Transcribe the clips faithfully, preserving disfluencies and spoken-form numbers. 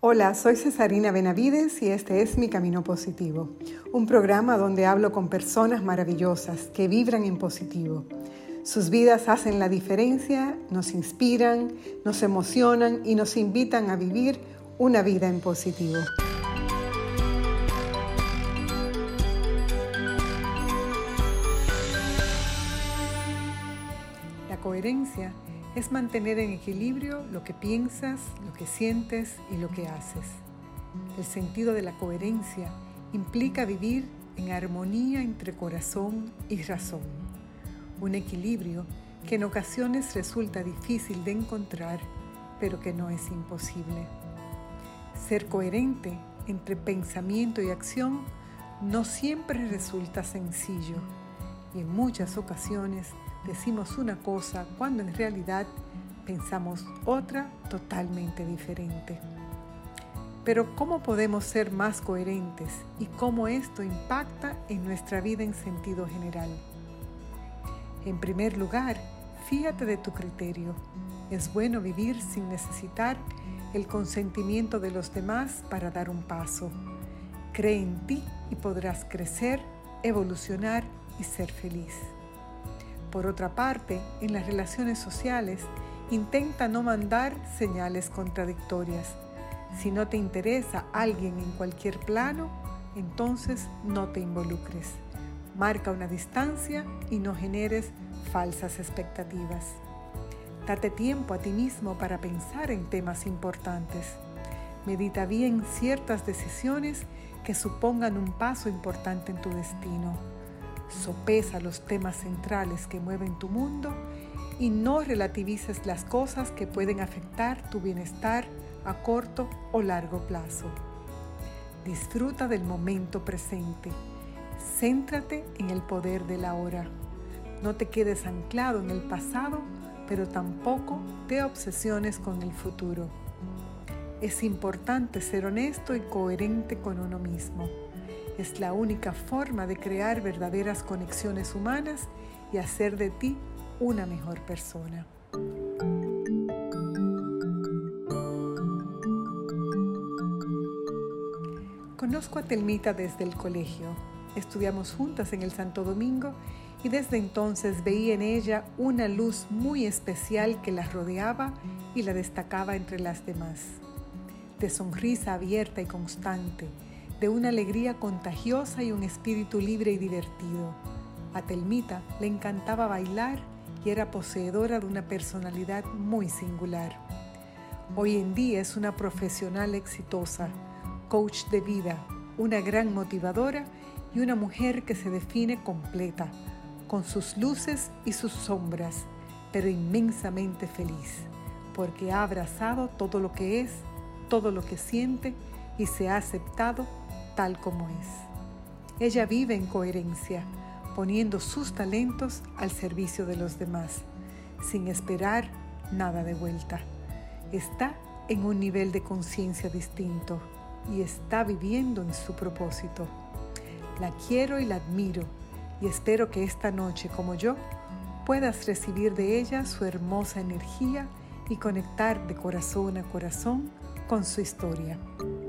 Hola, soy Cesarina Benavides y este es Mi Camino Positivo, un programa donde hablo con personas maravillosas que vibran en positivo. Sus vidas hacen la diferencia, nos inspiran, nos emocionan y nos invitan a vivir una vida en positivo. La coherencia es mantener en equilibrio lo que piensas, lo que sientes y lo que haces. El sentido de la coherencia implica vivir en armonía entre corazón y razón. Un equilibrio que en ocasiones resulta difícil de encontrar, pero que no es imposible. Ser coherente entre pensamiento y acción no siempre resulta sencillo y en muchas ocasiones decimos una cosa cuando en realidad pensamos otra totalmente diferente. Pero ¿cómo podemos ser más coherentes y cómo esto impacta en nuestra vida en sentido general? En primer lugar, fíjate de tu criterio. Es bueno vivir sin necesitar el consentimiento de los demás para dar un paso. Cree en ti y podrás crecer, evolucionar y ser feliz. Por otra parte, en las relaciones sociales, intenta no mandar señales contradictorias. Si no te interesa alguien en cualquier plano, entonces no te involucres. Marca una distancia y no generes falsas expectativas. Date tiempo a ti mismo para pensar en temas importantes. Medita bien ciertas decisiones que supongan un paso importante en tu destino. Sopesa los temas centrales que mueven tu mundo y no relativices las cosas que pueden afectar tu bienestar a corto o largo plazo. Disfruta del momento presente. Céntrate en el poder del ahora. No te quedes anclado en el pasado, pero tampoco te obsesiones con el futuro. Es importante ser honesto y coherente con uno mismo. Es la única forma de crear verdaderas conexiones humanas y hacer de ti una mejor persona. Conozco a Telmita desde el colegio. Estudiamos juntas en el Santo Domingo y desde entonces veía en ella una luz muy especial que la rodeaba y la destacaba entre las demás. De sonrisa abierta y constante, de una alegría contagiosa y un espíritu libre y divertido. A Telmita le encantaba bailar y era poseedora de una personalidad muy singular. Hoy en día es una profesional exitosa, coach de vida, una gran motivadora y una mujer que se define completa, con sus luces y sus sombras, pero inmensamente feliz, porque ha abrazado todo lo que es, todo lo que siente y se ha aceptado tal como es. Ella vive en coherencia, poniendo sus talentos al servicio de los demás, sin esperar nada de vuelta. Está en un nivel de conciencia distinto y está viviendo en su propósito. La quiero y la admiro y espero que esta noche, como yo, puedas recibir de ella su hermosa energía y conectar de corazón a corazón con su historia.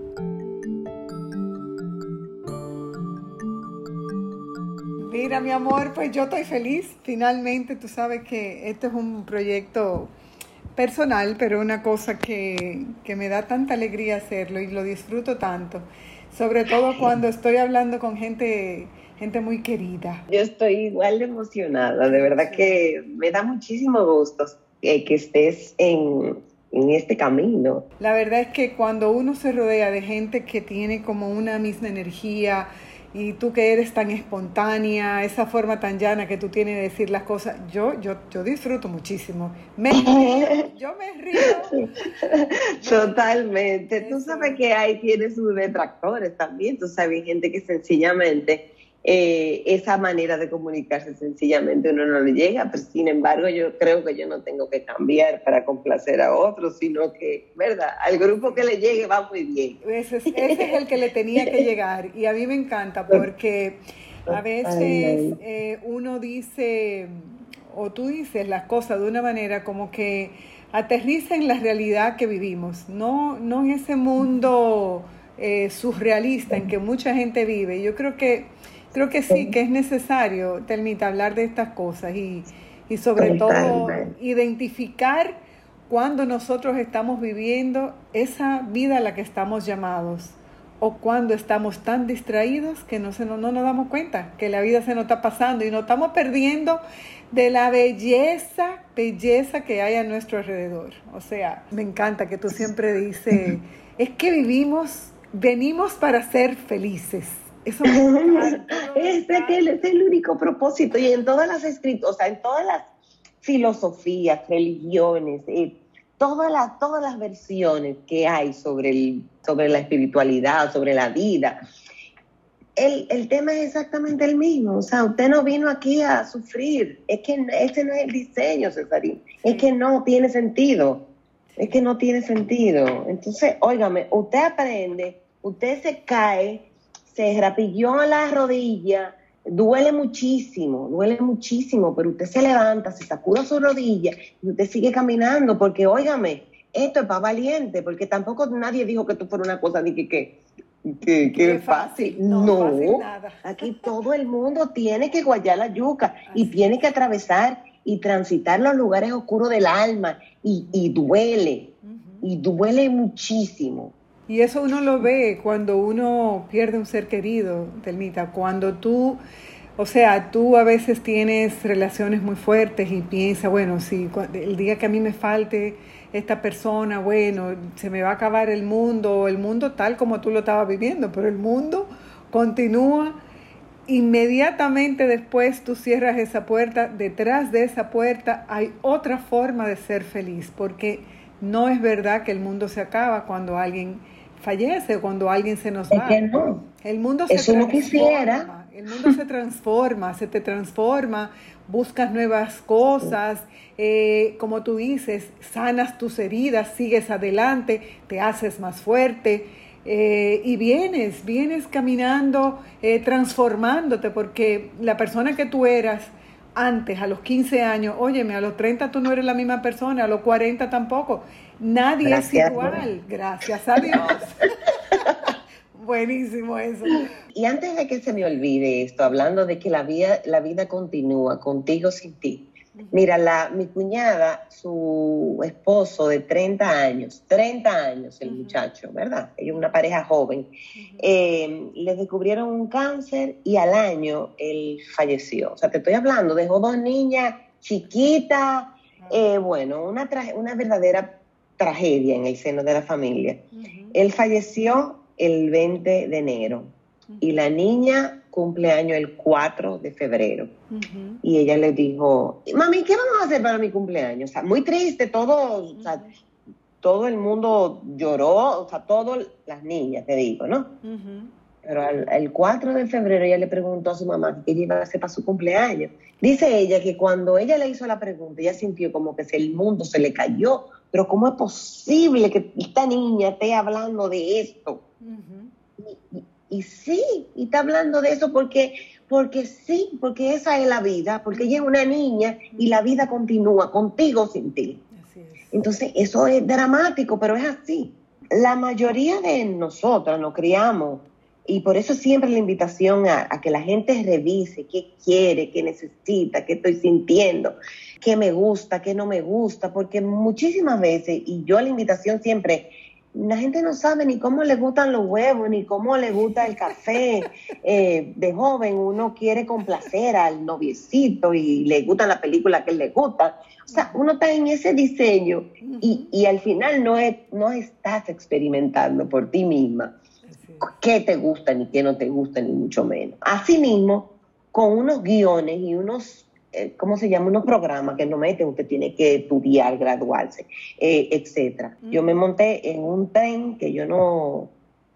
Mira, mi amor, pues yo estoy feliz. Finalmente, tú sabes que esto es un proyecto personal, pero una cosa que, que me da tanta alegría hacerlo y lo disfruto tanto. Sobre todo cuando estoy hablando con gente, gente muy querida. Yo estoy igual de emocionada. De verdad que me da muchísimo gusto que, que estés en, en este camino. La verdad es que cuando uno se rodea de gente que tiene como una misma energía, y tú que eres tan espontánea, esa forma tan llana que tú tienes de decir las cosas, yo, yo, yo disfruto muchísimo. Me río, yo me río. Totalmente. Tú sabes que ahí tiene sus detractores también. Tú sabes, gente que sencillamente eh, esa manera de comunicarse sencillamente uno no le llega, pero sin embargo yo creo que yo no tengo que cambiar para complacer a otros, sino que, ¿verdad? Al grupo que le llegue va muy bien. Ese es, ese es el que le tenía que llegar y a mí me encanta porque a veces eh, uno dice, o tú dices las cosas de una manera como que aterriza en la realidad que vivimos, no, no en ese mundo eh, surrealista en que mucha gente vive. Yo creo que, creo que sí, que es necesario, Telmita, hablar de estas cosas y, y sobre todo identificar cuando nosotros estamos viviendo esa vida a la que estamos llamados, o cuando estamos tan distraídos que no, se, no, no nos damos cuenta que la vida se nos está pasando y nos estamos perdiendo de la belleza, belleza que hay a nuestro alrededor. O sea, me encanta que tú siempre dices, es que vivimos, venimos para ser felices. Eso me encanta. Ese que es el único propósito, y en todas las escritas, o sea, en todas las filosofías, religiones, eh, todas las, todas las versiones que hay sobre, el, sobre la espiritualidad, sobre la vida, el, el tema es exactamente el mismo. O sea, usted no vino aquí a sufrir. Es que ese no es el diseño, Cesarín. Sí. Es que no tiene sentido. Es que no tiene sentido. Entonces, óigame, usted aprende, usted se cae, se rapilló en la rodilla, duele muchísimo, duele muchísimo, pero usted se levanta, se sacuda su rodilla y usted sigue caminando, porque, óigame, esto es para valiente, porque tampoco nadie dijo que esto fuera una cosa de que, que, que, que es fácil. fácil. No, no fácil nada. Aquí todo el mundo tiene que guayar la yuca y tiene que atravesar y transitar los lugares oscuros del alma, y, y duele, uh-huh. y duele muchísimo. Y eso uno lo ve cuando uno pierde un ser querido, Telmita, cuando tú, o sea, tú a veces tienes relaciones muy fuertes y piensas, bueno, si el día que a mí me falte esta persona, bueno, se me va a acabar el mundo, el mundo tal como tú lo estabas viviendo, pero el mundo continúa. Inmediatamente después tú cierras esa puerta, detrás de esa puerta hay otra forma de ser feliz, porque no es verdad que el mundo se acaba cuando alguien fallece, cuando alguien se nos va. Es que no. El mundo se Eso transforma, no quisiera. El mundo se transforma, se te transforma, buscas nuevas cosas, eh, como tú dices, sanas tus heridas, sigues adelante, te haces más fuerte. Eh, y vienes, vienes caminando, eh, transformándote, porque la persona que tú eras antes, a los quince años, óyeme, a los treinta tú no eres la misma persona, a los cuarenta tampoco. Nadie gracias, es igual, ¿no? Gracias a Dios. Buenísimo eso. Y antes de que se me olvide esto, hablando de que la vida, la vida continúa, contigo sin ti. Mira, la, mi cuñada, su esposo de treinta años, treinta años el uh-huh. muchacho, ¿verdad? Ella es una pareja joven. Uh-huh. Eh, le descubrieron un cáncer y al año él falleció. O sea, te estoy hablando, dejó dos niñas chiquitas, uh-huh. eh, bueno, una, tra- una verdadera tragedia en el seno de la familia. Uh-huh. Él falleció el veinte de enero uh-huh. y la niña cumpleaños el cuatro de febrero. Uh-huh. Y ella le dijo, mami, ¿qué vamos a hacer para mi cumpleaños? O sea, muy triste, todo, uh-huh. o sea, todo el mundo lloró, o sea, todas las niñas, te digo, ¿no? Uh-huh. Pero al, el cuatro de febrero ella le preguntó a su mamá qué iba a hacer para su cumpleaños. Dice ella que cuando ella le hizo la pregunta, ella sintió como que el mundo se le cayó. Pero ¿cómo es posible que esta niña esté hablando de esto? Uh-huh. Y, y, Y sí, y está hablando de eso porque, porque sí, porque esa es la vida, porque ella es una niña y la vida continúa contigo sin ti. Así es. Entonces, eso es dramático, pero es así. La mayoría de nosotras nos criamos, y por eso siempre la invitación a, a que la gente revise qué quiere, qué necesita, qué estoy sintiendo, qué me gusta, qué no me gusta, porque muchísimas veces, y yo la invitación siempre... La gente no sabe ni cómo le gustan los huevos, ni cómo le gusta el café. Eh, de joven uno quiere complacer al noviecito y le gusta la película que le gusta. O sea, uno está en ese diseño y, y al final no, es, no estás experimentando por ti misma qué te gusta ni qué no te gusta, ni mucho menos. Asimismo, con unos guiones y unos... ¿cómo se llama? Unos programas que no meten, usted tiene que estudiar, graduarse, eh, etcétera. Mm. Yo me monté en un tren que yo no,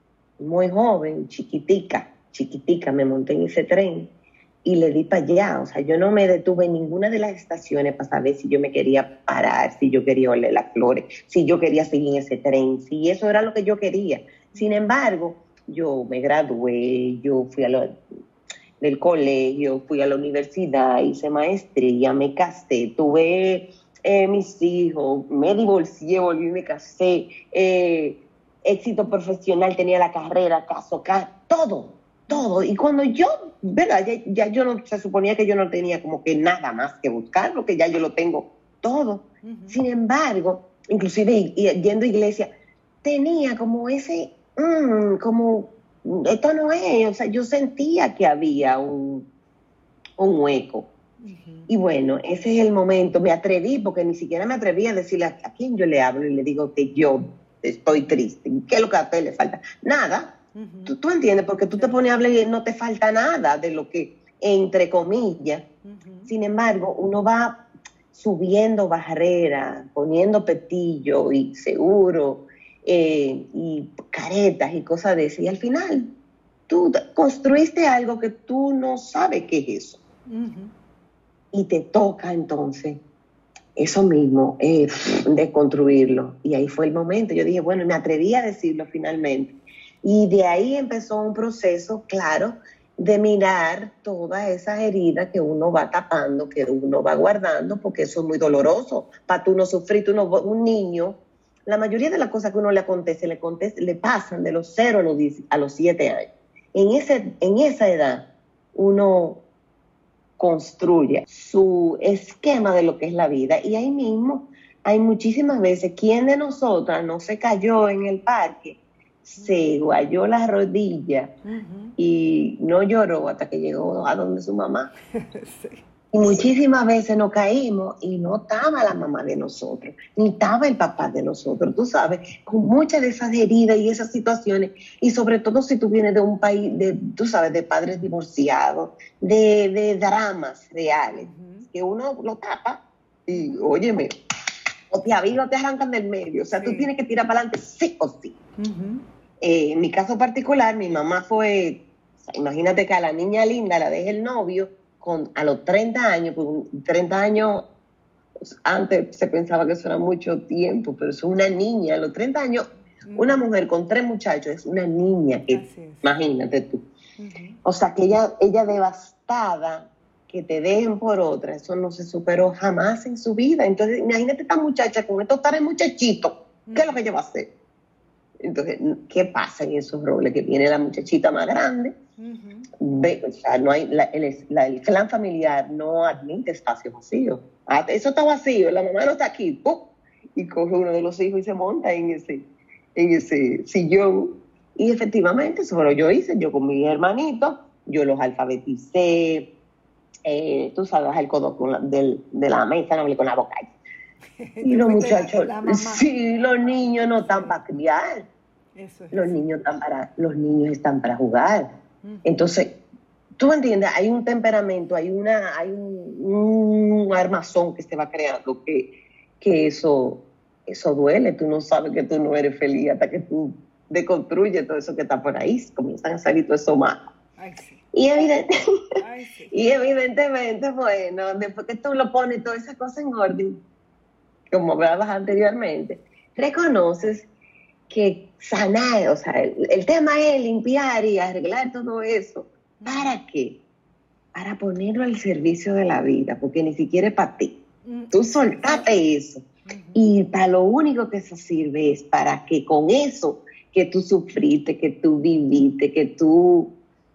muy joven, chiquitica, chiquitica, me monté en ese tren y le di para allá. O sea, yo no me detuve en ninguna de las estaciones para saber si yo me quería parar, si yo quería oler las flores, si yo quería seguir en ese tren, si eso era lo que yo quería. Sin embargo, yo me gradué, yo fui a lo... del colegio, fui a la universidad, hice maestría, me casé, tuve eh, mis hijos, me divorcié, volví y me casé, eh, éxito profesional, tenía la carrera, caso, ca- todo, todo. Y cuando yo, ¿verdad? Ya, ya yo no, se suponía que yo no tenía como que nada más que buscar, porque ya yo lo tengo todo. Uh-huh. Sin embargo, inclusive y, y, yendo a iglesia, tenía como ese, mmm, como, esto no es, o sea, yo sentía que había un, un hueco. Uh-huh. Y bueno, ese es el momento, me atreví, porque ni siquiera me atreví a decirle a, a quién yo le hablo y le digo que yo estoy triste. ¿Qué es lo que a usted le falta? Nada. Uh-huh. ¿Tú, tú entiendes, porque tú te pones a hablar y no te falta nada de lo que, entre comillas. Uh-huh. Sin embargo, uno va subiendo barreras, poniendo petillo y seguro, eh, y caretas y cosas de eso. Y al final, tú construiste algo que tú no sabes qué es eso. Uh-huh. Y te toca entonces eso mismo, eh, desconstruirlo. Y ahí fue el momento. Yo dije, bueno, me atreví a decirlo finalmente. Y de ahí empezó un proceso, claro, de mirar todas esas heridas que uno va tapando, que uno va guardando, porque eso es muy doloroso. Para tú no sufrir, tú no, un niño, la mayoría de las cosas que uno le acontece, le, acontece, le pasan de los cero a los, diez, a los siete años. En, ese, en esa edad, uno construye su esquema de lo que es la vida. Y ahí mismo hay muchísimas veces, ¿quién de nosotras no se cayó en el parque, se guayó la rodilla uh-huh. y no lloró hasta que llegó a donde su mamá? Sí. Y muchísimas veces nos caímos y no estaba la mamá de nosotros, ni estaba el papá de nosotros, tú sabes, con muchas de esas heridas y esas situaciones, y sobre todo si tú vienes de un país, de, tú sabes, de padres divorciados, de, de dramas reales, uh-huh. que uno lo tapa y, óyeme, o te avigan o te arrancan del medio, o sea, sí. tú tienes que tirar para adelante sí o sí. Uh-huh. Eh, en mi caso particular, mi mamá fue, o sea, imagínate que a la niña linda la deja el novio, Con, a los treinta años, pues treinta años, pues antes se pensaba que eso era mucho tiempo, pero es una niña, a los treinta años, uh-huh. una mujer con tres muchachos es una niña, que, es. Imagínate tú. Uh-huh. O sea, que ella, ella devastada, que te dejen por otra, eso no se superó jamás en su vida. Entonces, imagínate esta muchacha con estos tres muchachitos, uh-huh. ¿qué es lo que ella va a hacer? Entonces, ¿qué pasa en esos roles? Que viene la muchachita más grande, uh-huh. ve, o sea, no hay, la, el, la, el clan familiar no admite espacios vacíos. Ah, eso está vacío, la mamá no está aquí, ¡pum! Y coge uno de los hijos y se monta en ese, en ese sillón. Y efectivamente, eso fue lo que yo hice, yo con mis hermanitos, yo los alfabeticé, eh, tú sabes, el codo con la, del, de la mesa, no hablé con la boca. Y los muchachos, la, la sí, los niños no están sí. para criar. Eso es los, eso. Niños están para, los niños están para jugar. Uh-huh. Entonces, tú entiendes, hay un temperamento, hay una hay un, un armazón que se va creando que, que eso, eso duele. Tú no sabes que tú no eres feliz hasta que tú deconstruyes todo eso que está por ahí. Comienzan a salir todo eso más. Ay, sí. Y, evidente, Ay, sí. y evidentemente, bueno, después que tú lo pones toda esa cosa en orden, como hablabas anteriormente, reconoces que sanar, o sea, el, el tema es limpiar y arreglar todo eso. ¿Para qué? Para ponerlo al servicio de la vida, porque ni siquiera es para ti. Tú soltate eso. Uh-huh. Y para lo único que eso sirve es para que con eso que tú sufriste, que tú viviste, que tú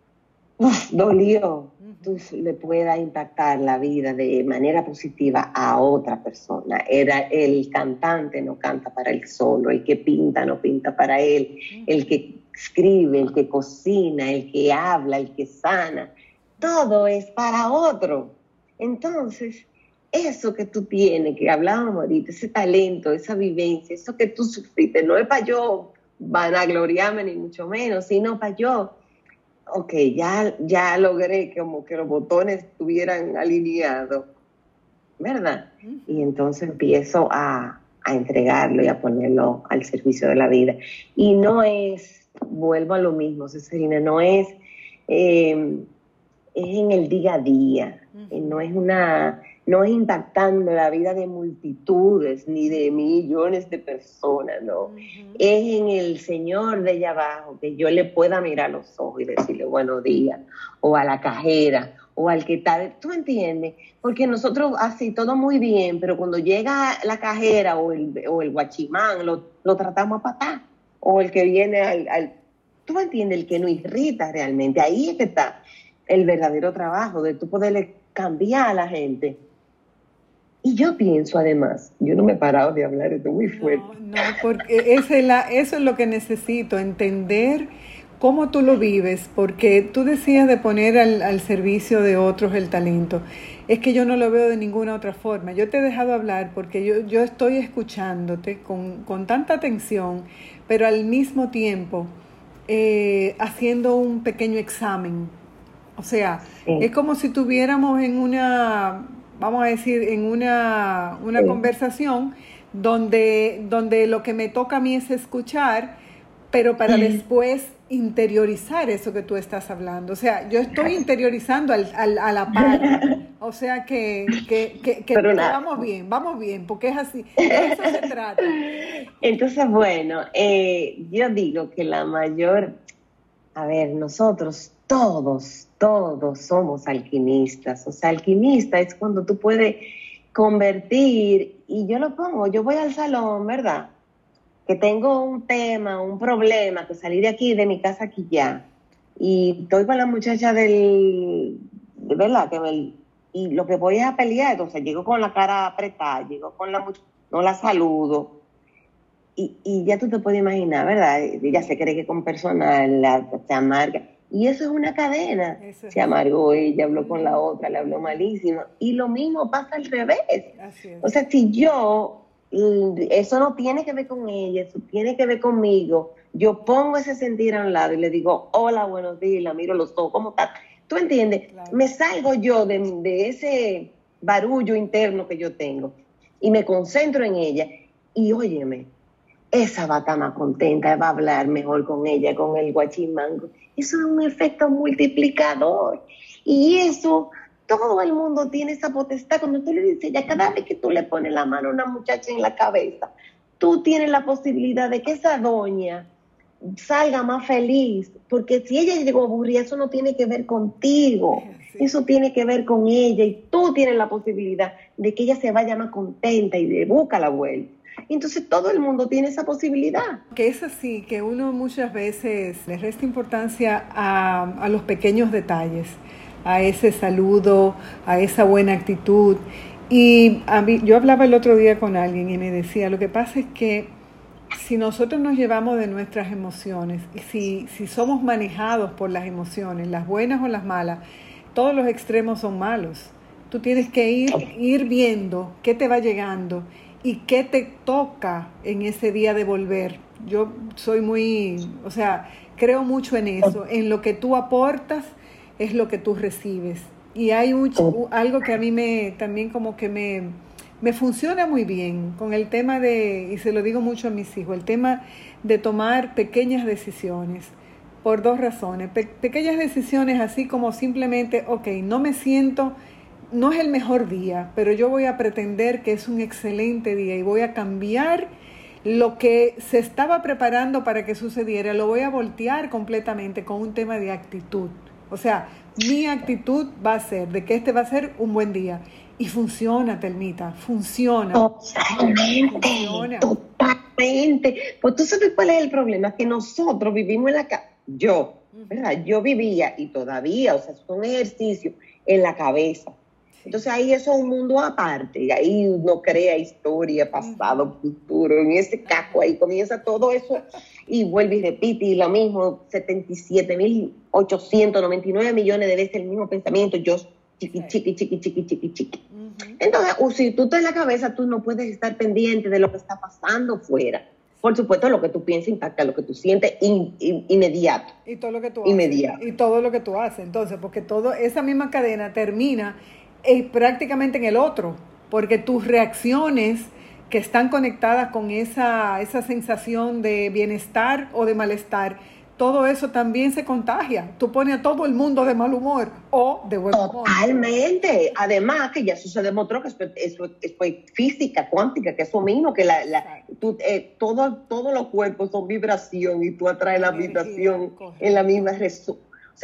uf, dolió, tú le pueda impactar la vida de manera positiva a otra persona. Era el cantante no canta para él solo, el que pinta no pinta para él, el que escribe, el que cocina, el que habla, el que sana, todo es para otro. Entonces, eso que tú tienes, que hablábamos ahorita, ese talento, esa vivencia, eso que tú sufriste, no es para yo vanagloriarme ni mucho menos, sino para yo, ok, ya, ya logré como que los botones estuvieran alineados, ¿verdad? Uh-huh. Y entonces empiezo a, a entregarlo y a ponerlo al servicio de la vida. Y no es, vuelvo a lo mismo, Cesarina, no es, eh, es en el día a día, uh-huh. no es una, no es impactando la vida de multitudes ni de millones de personas, no. Uh-huh. Es en el señor de allá abajo que yo le pueda mirar los ojos y decirle buenos días, o a la cajera, o al que está, ¿tú entiendes? Porque nosotros así todo muy bien, pero cuando llega la cajera o el, o el guachimán, lo, lo tratamos a patá, o el que viene al, al, ¿tú me entiendes? El que nos irrita realmente, ahí es que está el verdadero trabajo, de tú poderle cambiar a la gente. Y yo pienso además, yo no me he parado de hablar, esto es muy fuerte. No, no, porque ese es la, eso es lo que necesito, entender cómo tú lo vives, porque tú decías de poner al, al servicio de otros el talento. Es que yo no lo veo de ninguna otra forma. Yo te he dejado hablar porque yo, yo estoy escuchándote con, con tanta atención, pero al mismo tiempo eh, haciendo un pequeño examen. O sea, sí. Es como si tuviéramos en una, vamos a decir, en una, una sí. conversación donde, donde lo que me toca a mí es escuchar, pero para después interiorizar eso que tú estás hablando. O sea, yo estoy interiorizando al, al, a la par. O sea que, que, que, que, que vamos bien, vamos bien, porque es así. De eso se trata. Entonces, bueno, eh, yo digo que la mayor, a ver, nosotros todos, todos somos alquimistas. O sea, alquimista es cuando tú puedes convertir, y yo lo pongo, yo voy al salón, ¿verdad?, que tengo un tema, un problema, que salí de aquí, de mi casa aquí ya, y estoy con la muchacha del, de verdad, que me, y lo que voy es a pelear, entonces llego con la cara apretada, llego con la muchacha, no la saludo, y, y ya tú te puedes imaginar, ¿verdad? Ella se cree que con personal la, se amarga, y eso es una cadena, eso es. Se amargó ella, habló con la otra, le habló malísimo, y lo mismo pasa al revés. Así es. O sea, si yo... eso no tiene que ver con ella, eso tiene que ver conmigo. Yo pongo ese sentir a un lado y le digo, hola, buenos días, y la miro los ojos, ¿cómo estás? ¿Tú entiendes? Claro. Me salgo yo de, de ese barullo interno que yo tengo y me concentro en ella y óyeme, esa va a estar más contenta, va a hablar mejor con ella, con el guachimango. Eso es un efecto multiplicador y eso... Todo el mundo tiene esa potestad. Cuando tú le dices, ya cada vez que tú le pones la mano a una muchacha en la cabeza, tú tienes la posibilidad de que esa doña salga más feliz, porque si ella llegó aburrida, eso no tiene que ver contigo, sí. Eso tiene que ver con ella, y tú tienes la posibilidad de que ella se vaya más contenta y de busca la vuelta. Entonces todo el mundo tiene esa posibilidad. Que es así, que uno muchas veces le resta importancia a, a los pequeños detalles, a ese saludo, a esa buena actitud. Y a mí, yo hablaba el otro día con alguien y me decía, lo que pasa es que si nosotros nos llevamos de nuestras emociones, y si, si somos manejados por las emociones, las buenas o las malas, todos los extremos son malos. Tú tienes que ir, ir viendo qué te va llegando y qué te toca en ese día devolver. Yo soy muy, o sea, creo mucho en eso, en lo que tú aportas, es lo que tú recibes. Y hay mucho, algo que a mí me también como que me, me funciona muy bien con el tema de, y se lo digo mucho a mis hijos, el tema de tomar pequeñas decisiones, por dos razones. Pe- pequeñas decisiones así como simplemente, ok, no me siento, no es el mejor día, pero yo voy a pretender que es un excelente día y voy a cambiar lo que se estaba preparando para que sucediera, lo voy a voltear completamente con un tema de actitud. O sea, mi actitud va a ser de que este va a ser un buen día. Y funciona, Telmita, funciona. Totalmente, funciona. Totalmente. Pues tú sabes cuál es el problema, que nosotros vivimos en la casa, yo, ¿verdad? Yo vivía y todavía, o sea, es un ejercicio en la cabeza. Entonces ahí eso es un mundo aparte, y ahí uno crea historia, pasado, futuro, en ese caco ahí comienza todo eso y vuelve y repite y lo mismo, setenta y siete mil ochocientos noventa y nueve millones de veces el mismo pensamiento, yo chiqui, chiqui, chiqui, chiqui, chiqui, chiqui. Uh-huh. Entonces, si tú estás en la cabeza, tú no puedes estar pendiente de lo que está pasando fuera. Por supuesto, lo que tú piensas impacta lo que tú sientes in, in, inmediato. Y todo lo que tú inmediato. haces. Y todo lo que tú haces. Entonces, porque todo, esa misma cadena termina eh, prácticamente en el otro, porque tus reacciones que están conectadas con esa, esa sensación de bienestar o de malestar, todo eso también se contagia. Tú pones a todo el mundo de mal humor o de buen humor. Totalmente. Además, que ya eso se demostró que eso, eso, eso es física cuántica, que eso mismo, que la, la, tú, eh, todo, todos los cuerpos son vibración y tú atraes la vibración en la misma resolución. O sea, tú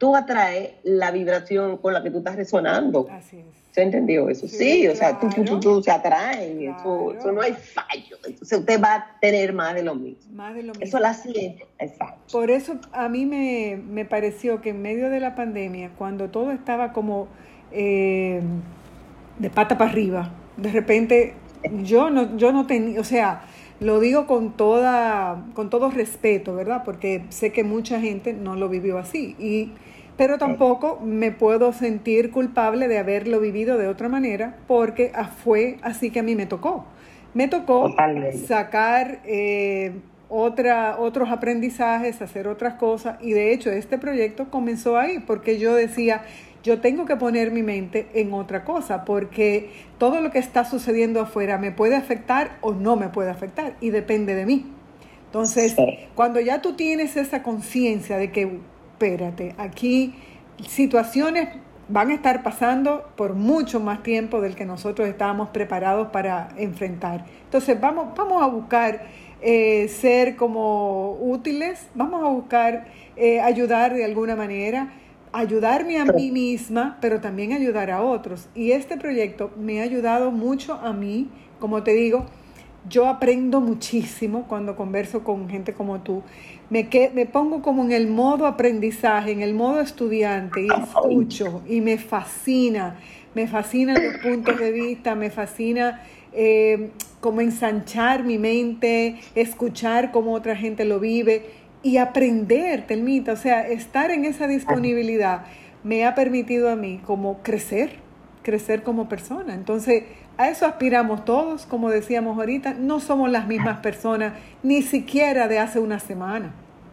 tú atraes la vibración con la que tú estás resonando. Así es. ¿Se entendió eso? Sí, Sí, o sea, tú, tú, tú, claro. tú se atraen, Claro. eso, eso no hay fallo. Entonces usted va a tener más de lo mismo. Más de lo mismo. Eso la ciencia, exacto. Por eso a mí me, me pareció que en medio de la pandemia, cuando todo estaba como eh, de pata para arriba, de repente yo no, yo no tenía, o sea, lo digo con toda, con todo respeto, ¿verdad? Porque sé que mucha gente no lo vivió así. Y pero tampoco me puedo sentir culpable de haberlo vivido de otra manera, porque fue así que a mí me tocó. Me tocó Totalmente. sacar eh, otra, otros aprendizajes, hacer otras cosas, y de hecho este proyecto comenzó ahí, porque yo decía, yo tengo que poner mi mente en otra cosa, porque todo lo que está sucediendo afuera me puede afectar o no me puede afectar, y depende de mí. Entonces, sí. cuando ya tú tienes esa conciencia de que espérate, aquí situaciones van a estar pasando por mucho más tiempo del que nosotros estábamos preparados para enfrentar. Entonces vamos, vamos a buscar eh, ser como útiles, vamos a buscar eh, ayudar de alguna manera, ayudarme a mí misma, pero también ayudar a otros. Y este proyecto me ha ayudado mucho a mí, como te digo, yo aprendo muchísimo cuando converso con gente como tú. Me, que, me pongo como en el modo aprendizaje, en el modo estudiante, y escucho y me fascina. Me fascinan los puntos de vista, me fascina eh, como ensanchar mi mente, escuchar cómo otra gente lo vive y aprender, Telmita. O sea, estar en esa disponibilidad me ha permitido a mí como crecer, crecer como persona. Entonces, a eso aspiramos todos, como decíamos ahorita, no somos las mismas personas, ni siquiera de hace una semana.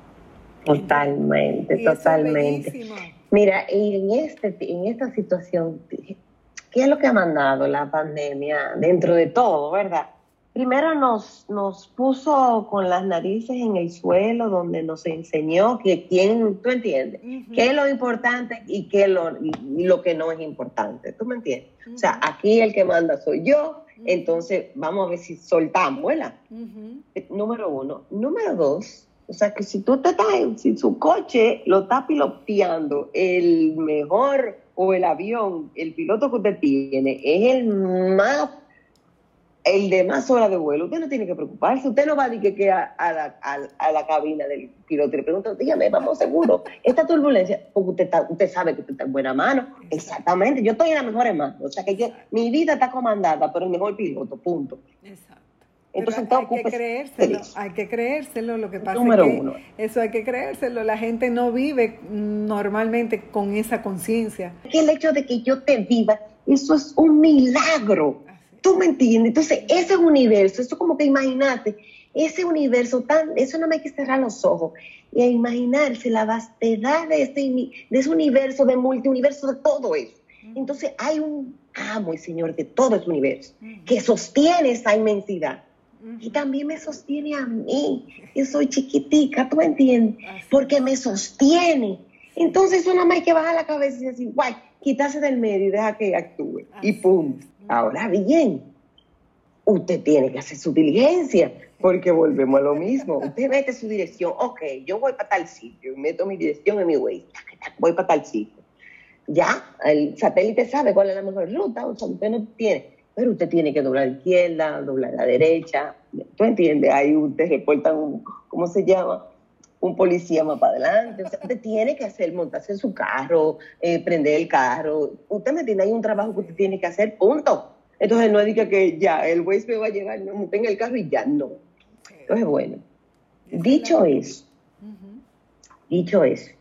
Totalmente, y totalmente. Mira, y en, este, en esta situación, ¿qué es lo que ha mandado la pandemia dentro de todo, verdad? Primero nos, nos puso con las narices en el suelo, donde nos enseñó que quién, tú entiendes, uh-huh. qué es lo importante y qué es lo, y lo que no es importante, ¿tú me entiendes? Uh-huh. O sea, aquí el que manda soy yo, uh-huh. entonces vamos a ver si soltamos, ¿verdad? Uh-huh. Número uno. Número dos, o sea, que si tú te estás, si su coche lo está piloteando el mejor o el avión, el piloto que usted tiene es el más el de más horas de vuelo, usted no tiene que preocuparse, usted no va a ir que, que a, a, la, a, a la cabina del piloto y le pregunta, dígame, vamos seguro, esta turbulencia, porque usted, está, usted sabe que usted está en buena mano, exactamente, yo estoy en las mejores manos, o sea que yo, mi vida está comandada por el mejor piloto, punto. Exacto. Entonces, hay que creérselo, hay que creérselo, lo que pasa Número es que uno. eso hay que creérselo, la gente no vive normalmente con esa conciencia. Que el hecho de que yo te viva, eso es un milagro. ¿Tú me entiendes? Entonces, ese universo, eso como que imagínate, ese universo tan, eso no me hay que cerrar los ojos y a imaginarse la vastedad de ese, de ese universo, de multiuniverso, de todo eso. Entonces, hay un amo y Señor de todo ese universo que sostiene esa inmensidad y también me sostiene a mí. Yo soy chiquitica, ¿tú me entiendes? Porque me sostiene. Entonces, eso nada más hay que bajar la cabeza y decir, guay, quitarse del medio y deja que actúe. Y pum. Ahora bien, usted tiene que hacer su diligencia, porque volvemos a lo mismo. Usted mete su dirección, ok, yo voy para tal sitio, y meto mi dirección en mi Waze, voy para tal sitio. Ya, el satélite sabe cuál es la mejor ruta, o sea, usted no tiene, pero usted tiene que doblar a la izquierda, doblar a la derecha, ¿tú entiendes? Ahí usted reporta un, ¿cómo se llama? Un policía más para adelante. O sea, usted tiene que hacer, montarse en su carro, eh, prender el carro. Usted me entiende, hay un trabajo que usted tiene que hacer, punto. Entonces no diga que ya, el Waze me va a llegar, no monté en el carro y ya, no. Entonces, bueno, dicho eso, dicho eso,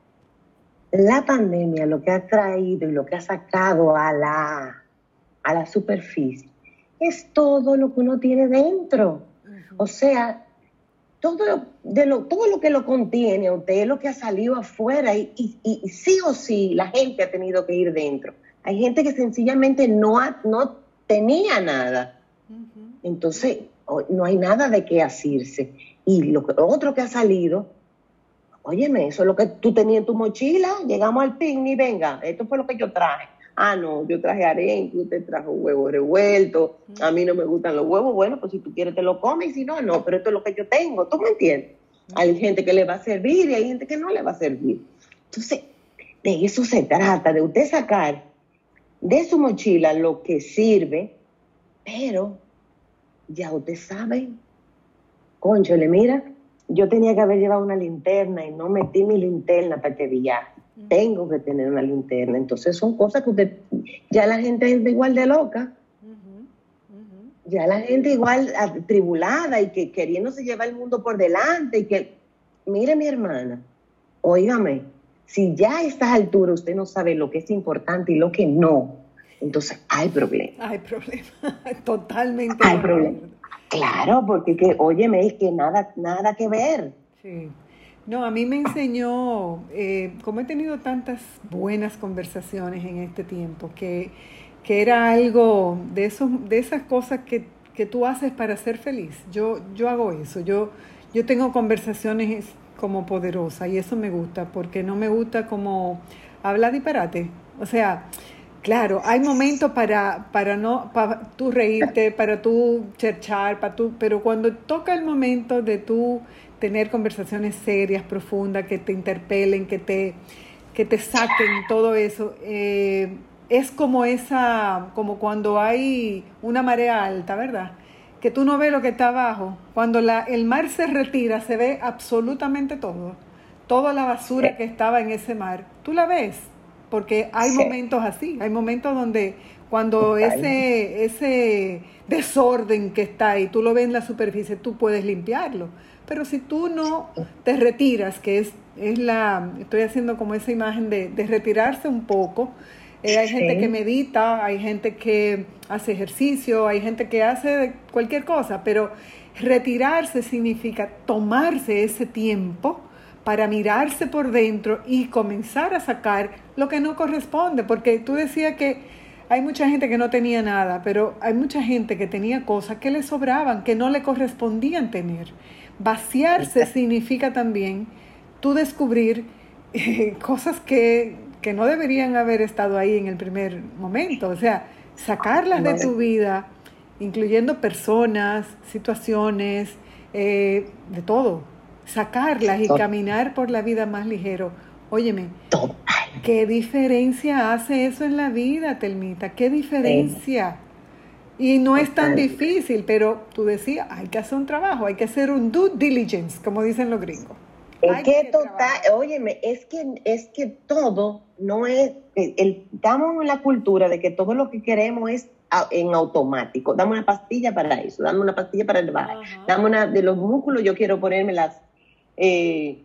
la pandemia lo que ha traído y lo que ha sacado a la, a la superficie es todo lo que uno tiene dentro. O sea, Todo lo, de lo, todo lo que lo contiene a usted es lo que ha salido afuera y, y, y sí o sí la gente ha tenido que ir dentro. Hay gente que sencillamente no, ha, no tenía nada. Uh-huh. Entonces, no hay nada de qué asirse. Y lo, lo otro que ha salido, óyeme, eso es lo que tú tenías en tu mochila, llegamos al picnic, venga, esto fue lo que yo traje. Ah, no, yo traje arenque, usted trajo huevos revueltos, a mí no me gustan los huevos, bueno, pues si tú quieres te lo comes y si no, no, pero esto es lo que yo tengo, ¿tú me entiendes? Hay gente que le va a servir y hay gente que no le va a servir. Entonces, de eso se trata, de usted sacar de su mochila lo que sirve, pero ya usted sabe, cónchale, mira, yo tenía que haber llevado una linterna y no metí mi linterna para este viaje. Uh-huh. Tengo que tener una linterna. Entonces son cosas que usted, ya la gente es igual de loca. Uh-huh. Uh-huh. Ya la gente igual atribulada y que queriéndose llevar el mundo por delante y que, mire mi hermana, óigame, si ya a estas alturas usted no sabe lo que es importante y lo que no, entonces hay problema. Hay problema, totalmente. Hay problema. Claro, porque, que, óyeme, es que nada, nada que ver. Sí. No, a mí me enseñó, eh, como he tenido tantas buenas conversaciones en este tiempo, que, que era algo de, esos, de esas cosas que, que tú haces para ser feliz. Yo, yo hago eso, yo, yo tengo conversaciones como poderosas y eso me gusta, porque no me gusta como hablar disparate. O sea, claro, hay momentos para, para no, para tú reírte, para tú cherchar, para tú, pero cuando toca el momento de tú tener conversaciones serias, profundas, que te interpelen, que te, que te saquen todo eso, eh, es como esa, como cuando hay una marea alta, ¿verdad? Que tú no ves lo que está abajo. Cuando la, el mar se retira, se ve absolutamente todo. Toda la basura que estaba en ese mar, tú la ves. Porque hay sí. momentos así, hay momentos donde cuando ese, ese desorden que está ahí, tú lo ves en la superficie, tú puedes limpiarlo. Pero si tú no te retiras, que es, es la, estoy haciendo como esa imagen de, de retirarse un poco, eh, hay gente que medita, hay gente que hace ejercicio, hay gente que hace cualquier cosa, pero retirarse significa tomarse ese tiempo para mirarse por dentro y comenzar a sacar lo que no corresponde, porque tú decías que hay mucha gente que no tenía nada, pero hay mucha gente que tenía cosas que le sobraban, que no le correspondían tener. Vaciarse significa también tú descubrir eh, cosas que, que no deberían haber estado ahí en el primer momento, o sea, sacarlas de tu vida, incluyendo personas, situaciones, eh, de todo. Sacarlas y caminar por la vida más ligero. Óyeme, ¿qué diferencia hace eso en la vida, Telmita? ¿Qué diferencia? Y no es tan difícil, pero tú decías, hay que hacer un trabajo, hay que hacer un due diligence, como dicen los gringos. Es que, que total, óyeme, es que, es que todo no es, el, estamos en la cultura de que todo lo que queremos es en automático. Dame una pastilla para eso, dame una pastilla para el baile, dame una de los músculos, yo quiero ponerme las... Eh,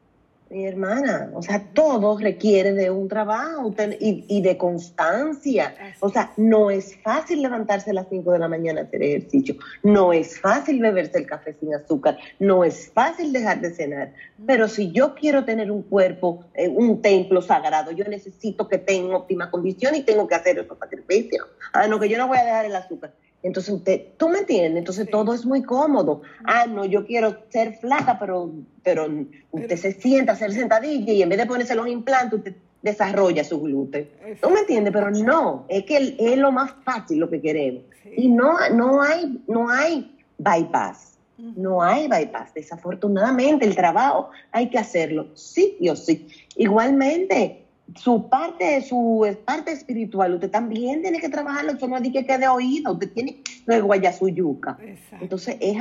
mi hermana, o sea, todo requiere de un trabajo y, y de constancia. O sea, no es fácil levantarse a las cinco de la mañana a hacer ejercicio, no es fácil beberse el café sin azúcar, no es fácil dejar de cenar, pero si yo quiero tener un cuerpo, eh, un templo sagrado, yo necesito que tenga óptima condición y tengo que hacer esos sacrificios. Ah, no, que yo no voy a dejar el azúcar. Entonces, usted, ¿tú me entiendes? Entonces, sí. Todo es muy cómodo. Ah, no, yo quiero ser flaca, pero, pero usted se sienta a hacer sentadilla y en vez de ponerse los implantes, usted desarrolla su glúteo. ¿Tú me entiendes? Pero no, es que es lo más fácil lo que queremos. Sí. Y no, no, hay, no hay bypass. No hay bypass. Desafortunadamente, el trabajo hay que hacerlo sí o sí. Igualmente, su parte, su parte espiritual, usted también tiene que trabajarlo, eso no es de que quede oído, usted tiene que guayar su yuca. Exacto. Entonces, es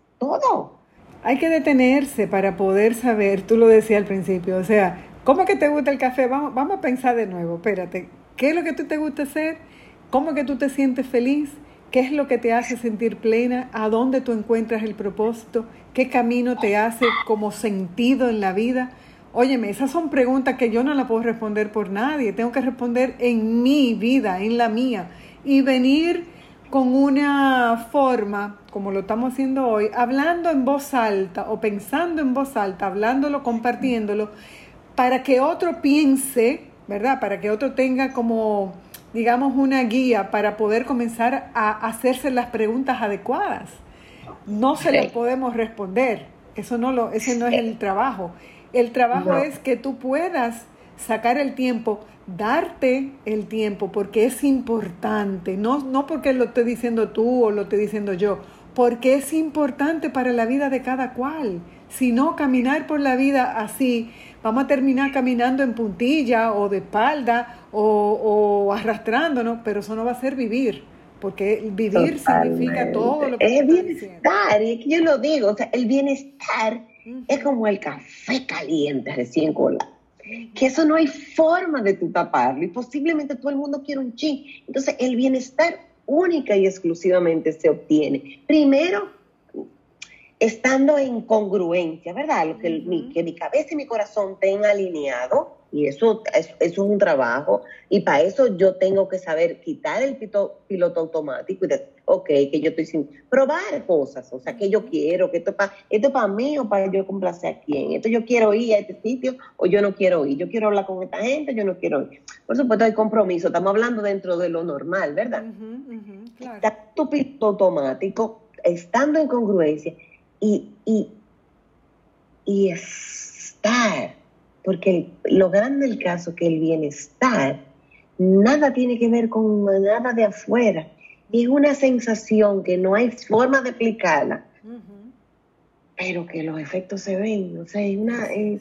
todo. Hay que detenerse para poder saber, tú lo decías al principio, o sea, ¿cómo que te gusta el café? Vamos, vamos a pensar de nuevo, espérate, ¿qué es lo que tú te gusta hacer? ¿Cómo que tú te sientes feliz? ¿Qué es lo que te hace sentir plena? ¿A dónde tú encuentras el propósito? ¿Qué camino te hace como sentido en la vida? Óyeme, esas son preguntas que yo no las puedo responder por nadie. Tengo que responder en mi vida, en la mía. Y venir con una forma, como lo estamos haciendo hoy, hablando en voz alta o pensando en voz alta, hablándolo, compartiéndolo, para que otro piense, ¿verdad? Para que otro tenga como, digamos, una guía para poder comenzar a hacerse las preguntas adecuadas. No se las podemos responder. Eso no lo, ese no es el trabajo. El trabajo no. Es que tú puedas sacar el tiempo, darte el tiempo, porque es importante, no, no porque lo esté diciendo tú o lo esté diciendo yo, porque es importante para la vida de cada cual. Si no, caminar por la vida así, vamos a terminar caminando en puntilla o de espalda o, o arrastrándonos, pero eso no va a ser vivir, porque vivir Totalmente. significa todo lo que Es tú estás diciendo. bienestar, y es que yo lo digo, o sea, el bienestar uh-huh. es como el café caliente recién colado, uh-huh. que eso no hay forma de tú taparlo, y posiblemente todo el mundo quiere un chin. Entonces, el bienestar única y exclusivamente se obtiene, primero, estando en congruencia, ¿verdad? Lo que, uh-huh. mi, que mi cabeza y mi corazón estén alineados, y eso, eso, eso es un trabajo, y para eso yo tengo que saber quitar el pito, piloto automático y decir, ok, que yo estoy sin probar cosas, o sea, que yo quiero, que esto es para esto para mí o para yo complacer a quién, esto yo quiero ir a este sitio o yo no quiero ir, yo quiero hablar con esta gente, yo no quiero ir. Por supuesto hay compromiso, estamos hablando dentro de lo normal, ¿verdad? Uh-huh, uh-huh, claro. Está tu piloto automático, estando en congruencia y, y, y estar. Porque el, lo grande del caso es que el bienestar nada tiene que ver con nada de afuera. Es una sensación que no hay forma de explicarla, uh-huh. pero que los efectos se ven. O sea, es una... Es,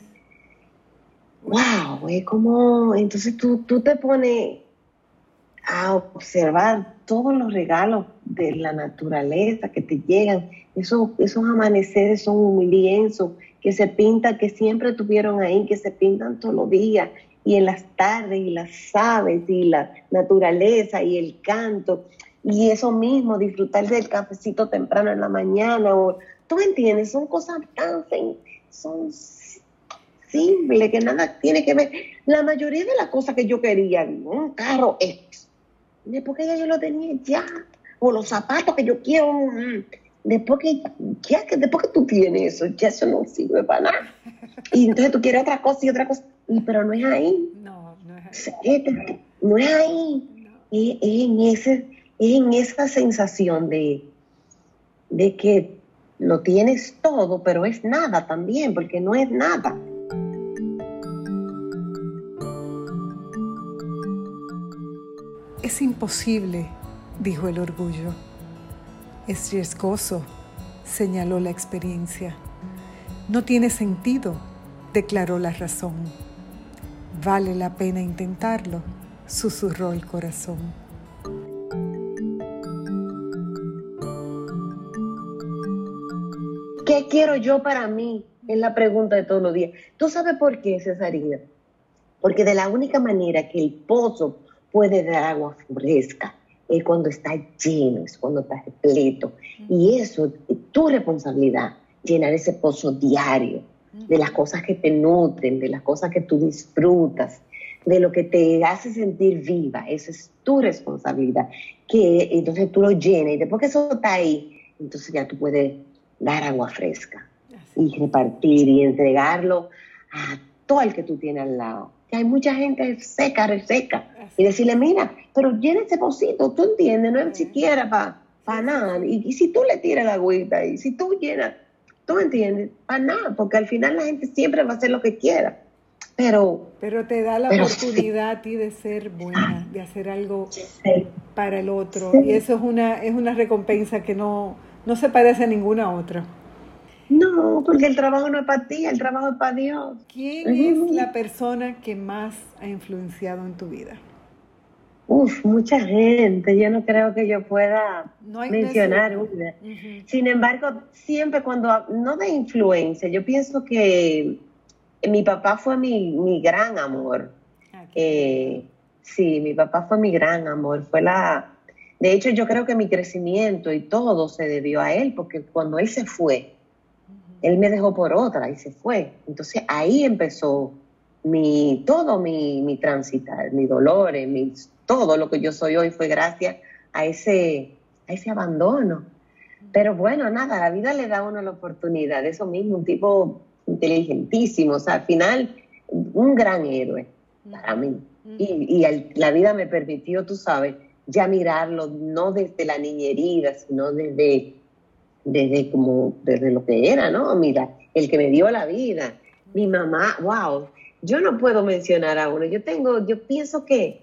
wow, es como... Entonces tú, tú te pones a observar todos los regalos de la naturaleza que te llegan. Esos, esos amaneceres son un lienzo que se pinta, que siempre estuvieron ahí, que se pintan todos los días, y en las tardes, y las aves, y la naturaleza, y el canto, y eso mismo, disfrutar del cafecito temprano en la mañana, o, ¿tú me entiendes? Son cosas tan, son simples, que nada tiene que ver. La mayoría de las cosas que yo quería, un carro X, después que ya yo lo tenía ya, o los zapatos que yo quiero, después que, ya que después que tú tienes eso, ya eso no sirve para nada. Y entonces tú quieres otra cosa y otra cosa, y, pero no es ahí. No, no es ahí. O sea, este, no es ahí. No. Es, es, en ese, es en esa sensación de, de que lo tienes todo, pero es nada también, porque no es nada. Es imposible, dijo el orgullo. Es riesgoso, señaló la experiencia. No tiene sentido, declaró la razón. Vale la pena intentarlo, susurró el corazón. ¿Qué quiero yo para mí? Es la pregunta de todos los días. ¿Tú sabes por qué, Cesarina? Porque de la única manera que el pozo puede dar agua fresca es cuando está lleno, es cuando está repleto. Y eso es tu responsabilidad, llenar ese pozo diario de las cosas que te nutren, de las cosas que tú disfrutas, de lo que te hace sentir viva. Esa es tu responsabilidad. Que entonces tú lo llenas y después que eso está ahí, entonces ya tú puedes dar agua fresca y repartir y entregarlo a todo el que tú tienes al lado. Que hay mucha gente seca, reseca. Y decirle, mira, pero llena ese pocito, tú entiendes, no es siquiera para pa nada. Y, y si tú le tiras la agüita, y si tú llenas, tú entiendes, para nada, porque al final la gente siempre va a hacer lo que quiera. Pero, pero te da la oportunidad sí. a ti de ser buena, de hacer algo sí. para el otro. Sí. Y eso es una, es una recompensa que no, no se parece a ninguna otra. No, porque el trabajo no es para ti, el trabajo es para Dios. ¿Quién uh-huh. es la persona que más ha influenciado en tu vida? Uf, mucha gente. Yo no creo que yo pueda no mencionar una. Uh-huh. Sin embargo, siempre cuando, no de influencia, yo pienso que mi papá fue mi, mi gran amor. Okay. Eh, sí, mi papá fue mi gran amor. Fue la, de hecho, yo creo que mi crecimiento y todo se debió a él, porque cuando él se fue, él me dejó por otra y se fue. Entonces ahí empezó mi, todo mi, mi transitar, mi dolores, mi, todo lo que yo soy hoy fue gracias a ese, a ese abandono. Pero bueno, nada, la vida le da a uno la oportunidad, eso mismo, un tipo inteligentísimo, o sea, al final, un gran héroe para mí. Y, y el, la vida me permitió, tú sabes, ya mirarlo, no desde la niñería, sino desde... desde como desde lo que era, ¿no? Mira, el que me dio la vida, mi mamá, wow, yo no puedo mencionar a uno, yo tengo, yo pienso que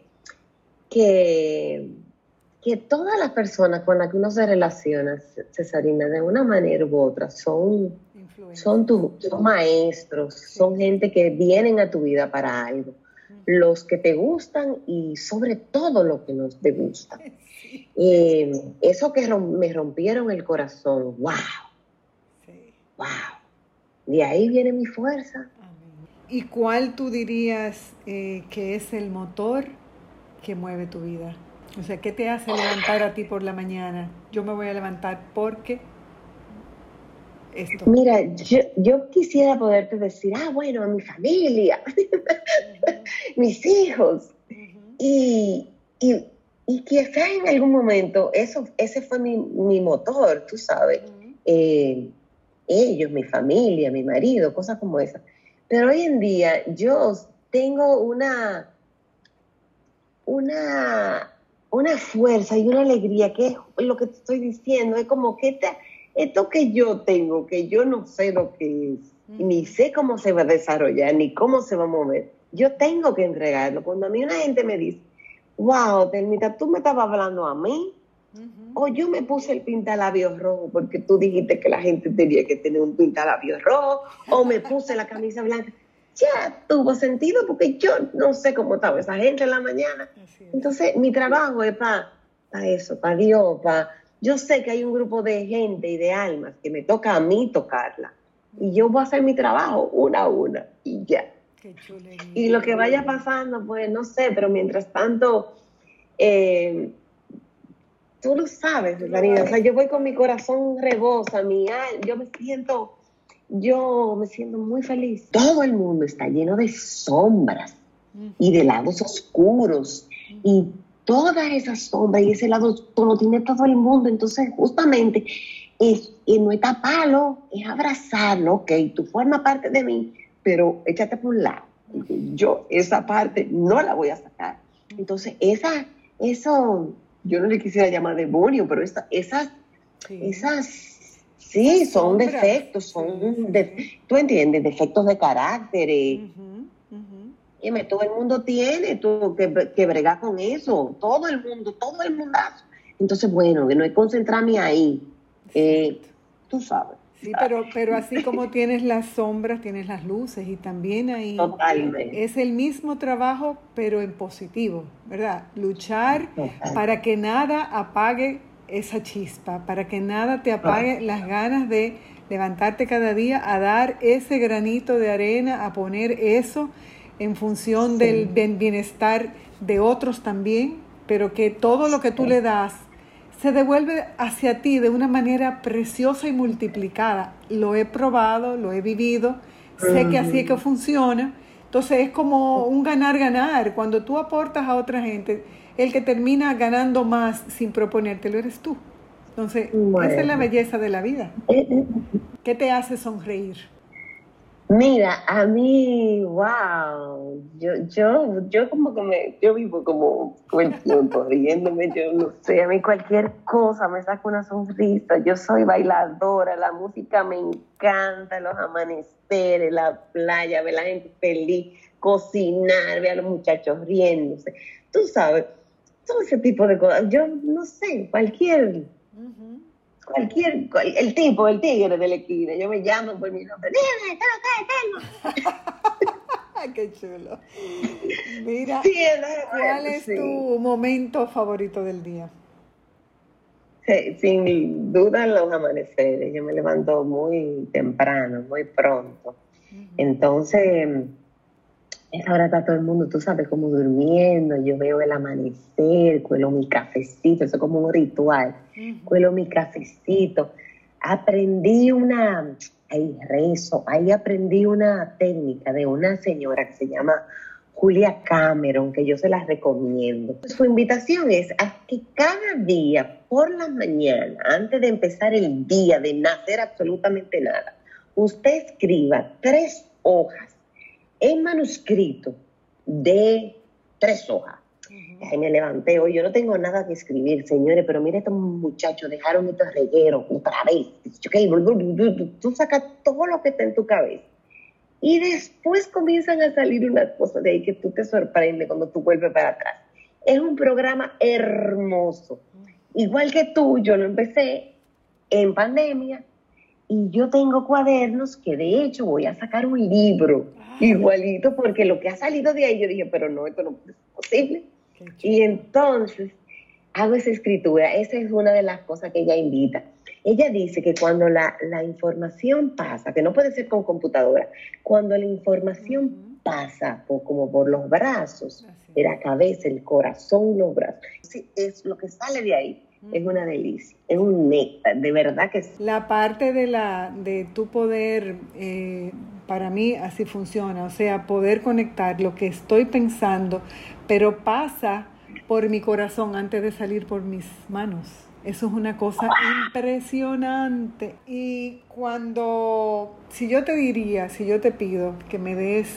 que, que todas las personas con las que uno se relaciona, Cesarina, de una manera u otra, son son, tu, son maestros, sí. Son gente que vienen a tu vida para algo. Uh-huh. Los que te gustan y sobre todo los que no te gustan. Sí. Eh, eso que rom- me rompieron el corazón, wow, sí. Wow. De ahí viene mi fuerza. ¿Y cuál tú dirías eh, que es el motor que mueve tu vida? O sea, ¿qué te hace levantar a ti por la mañana? Yo me voy a levantar porque esto. Mira, yo, yo quisiera poderte decir, ah, bueno, a mi familia, uh-huh. Mis hijos. Uh-huh. Y, y, y quizás en algún momento eso, ese fue mi, mi motor, tú sabes. Uh-huh. Eh, ellos, mi familia, mi marido, cosas como esas. Pero hoy en día yo tengo una, una, una fuerza y una alegría, que es lo que te estoy diciendo, es como que esta, esto que yo tengo, que yo no sé lo que es, uh-huh. Ni sé cómo se va a desarrollar, ni cómo se va a mover, yo tengo que entregarlo. Cuando a mí una gente me dice, wow, Telmita, tú me estabas hablando a mí, uh-huh. O yo me puse el pintalabios rojo porque tú dijiste que la gente tenía que tener un pintalabios rojo, o me puse la camisa blanca. Ya tuvo sentido porque yo no sé cómo estaba esa gente en la mañana. Entonces, mi trabajo es para pa eso, para Dios, para... Yo sé que hay un grupo de gente y de almas que me toca a mí tocarla. Y yo voy a hacer mi trabajo una a una y ya. Qué chulería. Y lo que vaya pasando, pues no sé, pero mientras tanto... Eh, Tú lo sabes, Marina. O sea, yo voy con mi corazón rebosa, mi alma, yo me siento, yo me siento muy feliz. Todo el mundo está lleno de sombras uh-huh. Y de lados oscuros. Uh-huh. Y todas esas sombras y ese lado oscuro lo tiene todo el mundo. Entonces, justamente, es, es no es taparlo, es abrazarlo. Ok, tú formas parte de mí, pero échate por un lado. Uh-huh. Yo esa parte no la voy a sacar. Entonces, esa, eso... Yo no le quisiera llamar demonio, pero esa, esas, sí. esas, sí, son Sombra. defectos, son, sí, de, sí. Tú entiendes, defectos de carácter. Uh-huh, uh-huh. Y todo el mundo tiene tú, que, que bregar con eso, todo el mundo, todo el mundazo. Entonces, bueno, que no es concentrarme ahí, eh, tú sabes. Sí, pero, pero así como tienes las sombras, tienes las luces y también ahí Totalmente. Es el mismo trabajo, pero en positivo, ¿verdad? Luchar Total. Para que nada apague esa chispa, para que nada te apague las ganas de levantarte cada día a dar ese granito de arena, a poner eso en función sí. del bienestar de otros también, pero que todo lo que tú sí. le das se devuelve hacia ti de una manera preciosa y multiplicada. Lo he probado, lo he vivido, sé que así es que funciona. Entonces es como un ganar-ganar. Cuando tú aportas a otra gente, el que termina ganando más sin proponértelo eres tú. Entonces, bueno. Esa es la belleza de la vida. ¿Qué te hace sonreír? Mira, a mí, wow, yo, yo, yo como que me, yo vivo como todo el tiempo riéndome, yo no sé, a mí cualquier cosa me saca una sonrisa. Yo soy bailadora, la música me encanta, los amaneceres, la playa, ver a la gente feliz, cocinar, ver a los muchachos riéndose, tú sabes, todo ese tipo de cosas. Yo no sé, cualquier... Uh-huh. Cualquier, cual, el tipo, el tigre de la esquina, yo me llamo por mi nombre. ¡Dime, ¿qué lo que es, Qué chulo. Mira, sí, ¿cuál es sí. tu momento favorito del día? Sí, sin duda los amaneceres. Yo me levanto muy temprano, muy pronto. Uh-huh. Entonces, ahora está todo el mundo, tú sabes, como durmiendo. Yo veo el amanecer, cuelo mi cafecito, eso es como un ritual. Uh-huh. Cuelo mi cafecito. Aprendí una, ahí rezo, ahí aprendí una técnica de una señora que se llama Julia Cameron, que yo se las recomiendo. Su invitación es a que cada día, por la mañana, antes de empezar el día, de nacer absolutamente nada, usted escriba tres hojas en manuscrito de tres hojas. Uh-huh. Ahí me levanté hoy, yo no tengo nada que escribir, señores, pero mire, estos muchachos dejaron estos regueros otra vez. Tú sacas todo lo que está en tu cabeza. Y después comienzan a salir unas cosas de ahí que tú te sorprendes cuando tú vuelves para atrás. Es un programa hermoso. Uh-huh. Igual que tú, yo lo empecé en pandemia. Y yo tengo cuadernos que de hecho voy a sacar un libro igualito, porque lo que ha salido de ahí, yo dije, pero no, esto no es posible. Y entonces hago esa escritura. Esa es una de las cosas que ella invita. Ella dice que cuando la, la información pasa, que no puede ser con computadora, cuando la información uh-huh. pasa por, como por los brazos, de la cabeza, el corazón y los brazos, sí, es lo que sale de ahí. Es una delicia, es un néctar, de verdad que sí. La parte de la de tu poder, eh, para mí así funciona, o sea, poder conectar lo que estoy pensando, pero pasa por mi corazón antes de salir por mis manos. Eso es una cosa impresionante. Y cuando, si yo te diría, si yo te pido que me des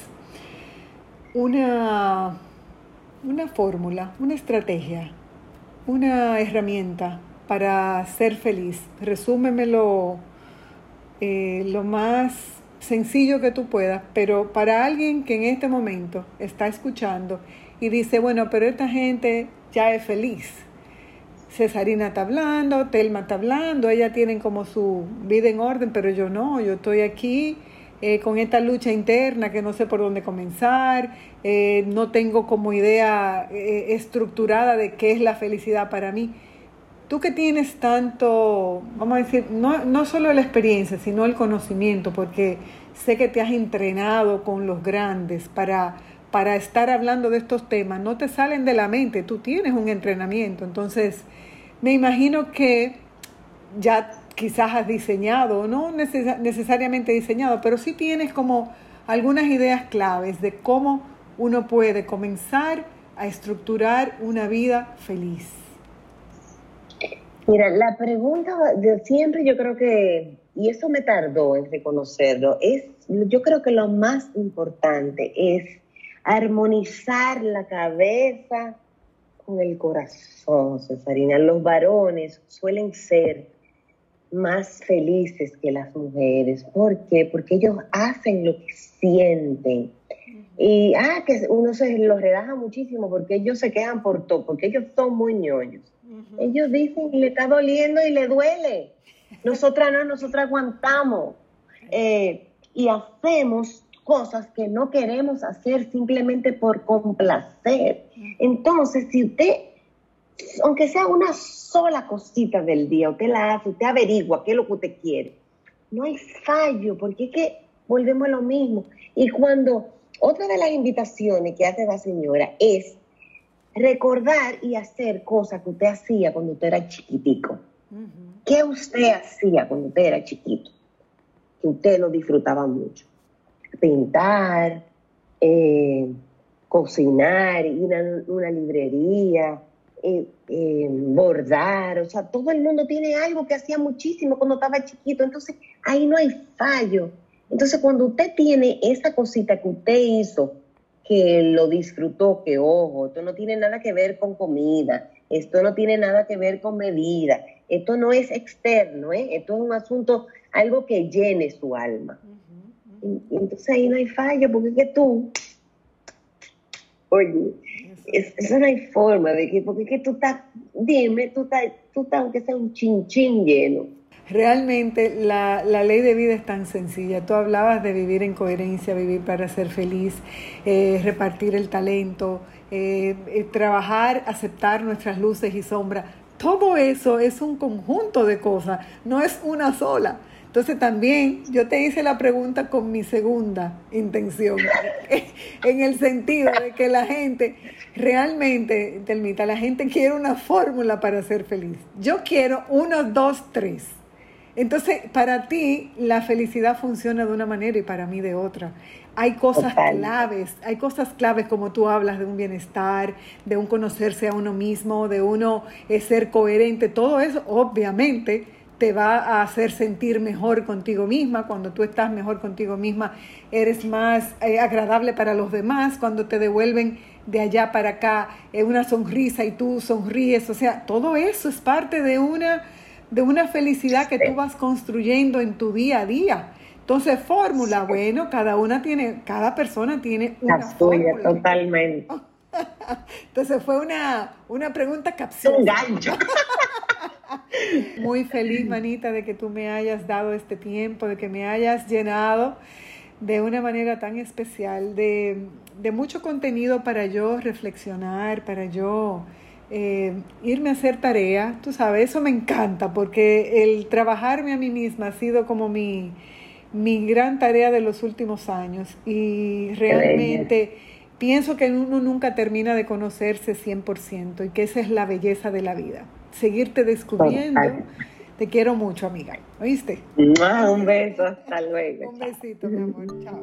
una, una fórmula, una estrategia, una herramienta para ser feliz, resúmemelo eh, lo más sencillo que tú puedas, pero para alguien que en este momento está escuchando y dice, bueno, pero esta gente ya es feliz. Cesarina está hablando, Telma está hablando, ellas tienen como su vida en orden, pero yo no, yo estoy aquí eh, con esta lucha interna que no sé por dónde comenzar, eh, no tengo como idea eh, estructurada de qué es la felicidad para mí. Tú que tienes tanto, vamos a decir, no, no solo la experiencia, sino el conocimiento, porque sé que te has entrenado con los grandes para, para estar hablando de estos temas, no te salen de la mente, tú tienes un entrenamiento, entonces me imagino que ya quizás has diseñado, no neces- necesariamente diseñado, pero sí tienes como algunas ideas claves de cómo uno puede comenzar a estructurar una vida feliz. Mira, la pregunta de siempre yo creo que, y eso me tardó en reconocerlo, es, yo creo que lo más importante es armonizar la cabeza con el corazón, Cesarina. Los varones suelen ser más felices que las mujeres. ¿Por qué? Porque ellos hacen lo que sienten. Y, ah, que uno se los relaja muchísimo porque ellos se quejan por todo, porque ellos son muy ñoños. Uh-huh. Ellos dicen, le está doliendo y le duele. Nosotras no, nosotras aguantamos. Eh, y hacemos cosas que no queremos hacer simplemente por complacer. Entonces, si usted, aunque sea una sola cosita del día, usted la hace, usted averigua qué es lo que usted quiere, no hay fallo, porque es que volvemos a lo mismo. Y cuando, otra de las invitaciones que hace la señora es recordar y hacer cosas que usted hacía cuando usted era chiquitico. Uh-huh. ¿Qué usted hacía cuando usted era chiquito? Que usted lo disfrutaba mucho. Pintar, eh, cocinar, ir a una librería, eh, eh, bordar, o sea, todo el mundo tiene algo que hacía muchísimo cuando estaba chiquito, entonces ahí no hay fallo. Entonces cuando usted tiene esa cosita que usted hizo, que lo disfrutó, que ojo, esto no tiene nada que ver con comida, esto no tiene nada que ver con medida, esto no es externo, ¿eh? Esto es un asunto, algo que llene su alma. Uh-huh, uh-huh. Y, y entonces ahí no hay fallo, porque es que tú, oye, es, eso no hay forma de que, porque es que tú estás, dime, tú estás, tú estás aunque sea un chinchín lleno. Realmente la, la ley de vida es tan sencilla. Tú hablabas de vivir en coherencia, vivir para ser feliz, eh, repartir el talento, eh, eh, trabajar, aceptar nuestras luces y sombras. Todo eso es un conjunto de cosas, no es una sola. Entonces también yo te hice la pregunta con mi segunda intención, en el sentido de que la gente, realmente, Telmita, la gente quiere una fórmula para ser feliz. Yo quiero uno, dos, tres. Entonces, para ti, la felicidad funciona de una manera y para mí de otra. Hay cosas Total. claves, hay cosas claves como tú hablas de un bienestar, de un conocerse a uno mismo, de uno eh, ser coherente. Todo eso, obviamente, te va a hacer sentir mejor contigo misma. Cuando tú estás mejor contigo misma, eres más eh, agradable para los demás. Cuando te devuelven de allá para acá eh, una sonrisa y tú sonríes. O sea, todo eso es parte de una... de una felicidad que tú vas construyendo en tu día a día. Entonces, fórmula, bueno, cada una tiene, cada persona tiene una La tuya, fórmula. Totalmente. Entonces fue una, una pregunta capciosa. Un gancho. Muy feliz, manita, de que tú me hayas dado este tiempo, de que me hayas llenado de una manera tan especial, de, de mucho contenido para yo reflexionar, para yo eh, irme a hacer tarea. Tú sabes, eso me encanta, porque el trabajarme a mí misma ha sido como mi, mi gran tarea de los últimos años. Y realmente pienso que uno nunca termina de conocerse cien por ciento y que esa es la belleza de la vida. Seguirte descubriendo. Te quiero mucho, amiga. ¿Oíste? Un beso, hasta luego. Un besito, mi amor. Chao.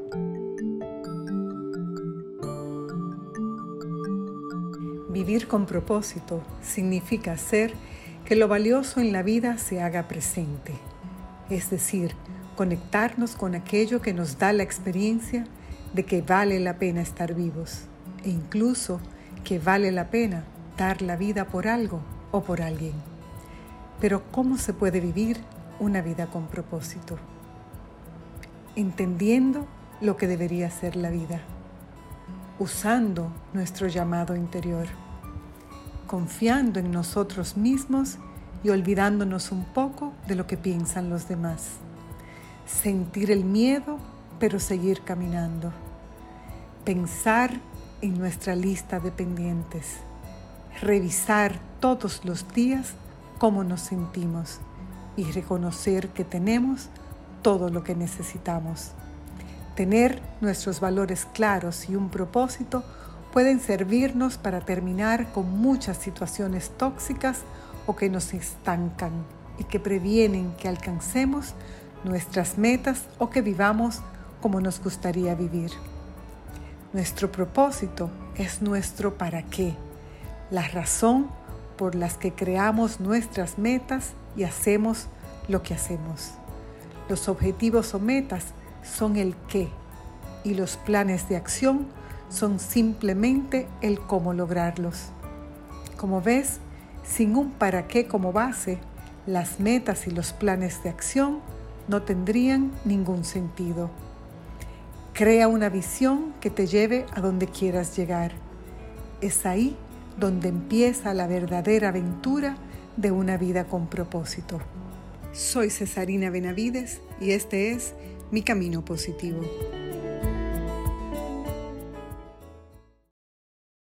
Vivir con propósito significa hacer que lo valioso en la vida se haga presente. Es decir, conectarnos con aquello que nos da la experiencia de que vale la pena estar vivos e incluso que vale la pena dar la vida por algo o por alguien. Pero ¿cómo se puede vivir una vida con propósito? Entendiendo lo que debería ser la vida, usando nuestro llamado interior, confiando en nosotros mismos y olvidándonos un poco de lo que piensan los demás. Sentir el miedo, pero seguir caminando. Pensar en nuestra lista de pendientes. Revisar todos los días cómo nos sentimos y reconocer que tenemos todo lo que necesitamos. Tener nuestros valores claros y un propósito pueden servirnos para terminar con muchas situaciones tóxicas o que nos estancan y que previenen que alcancemos nuestras metas o que vivamos como nos gustaría vivir. Nuestro propósito es nuestro para qué, la razón por las que creamos nuestras metas y hacemos lo que hacemos. Los objetivos o metas son el qué y los planes de acción son simplemente el cómo lograrlos. Como ves, sin un para qué como base, las metas y los planes de acción no tendrían ningún sentido. Crea una visión que te lleve a donde quieras llegar. Es ahí donde empieza la verdadera aventura de una vida con propósito. Soy Cesarina Benavides y este es Mi Camino Positivo.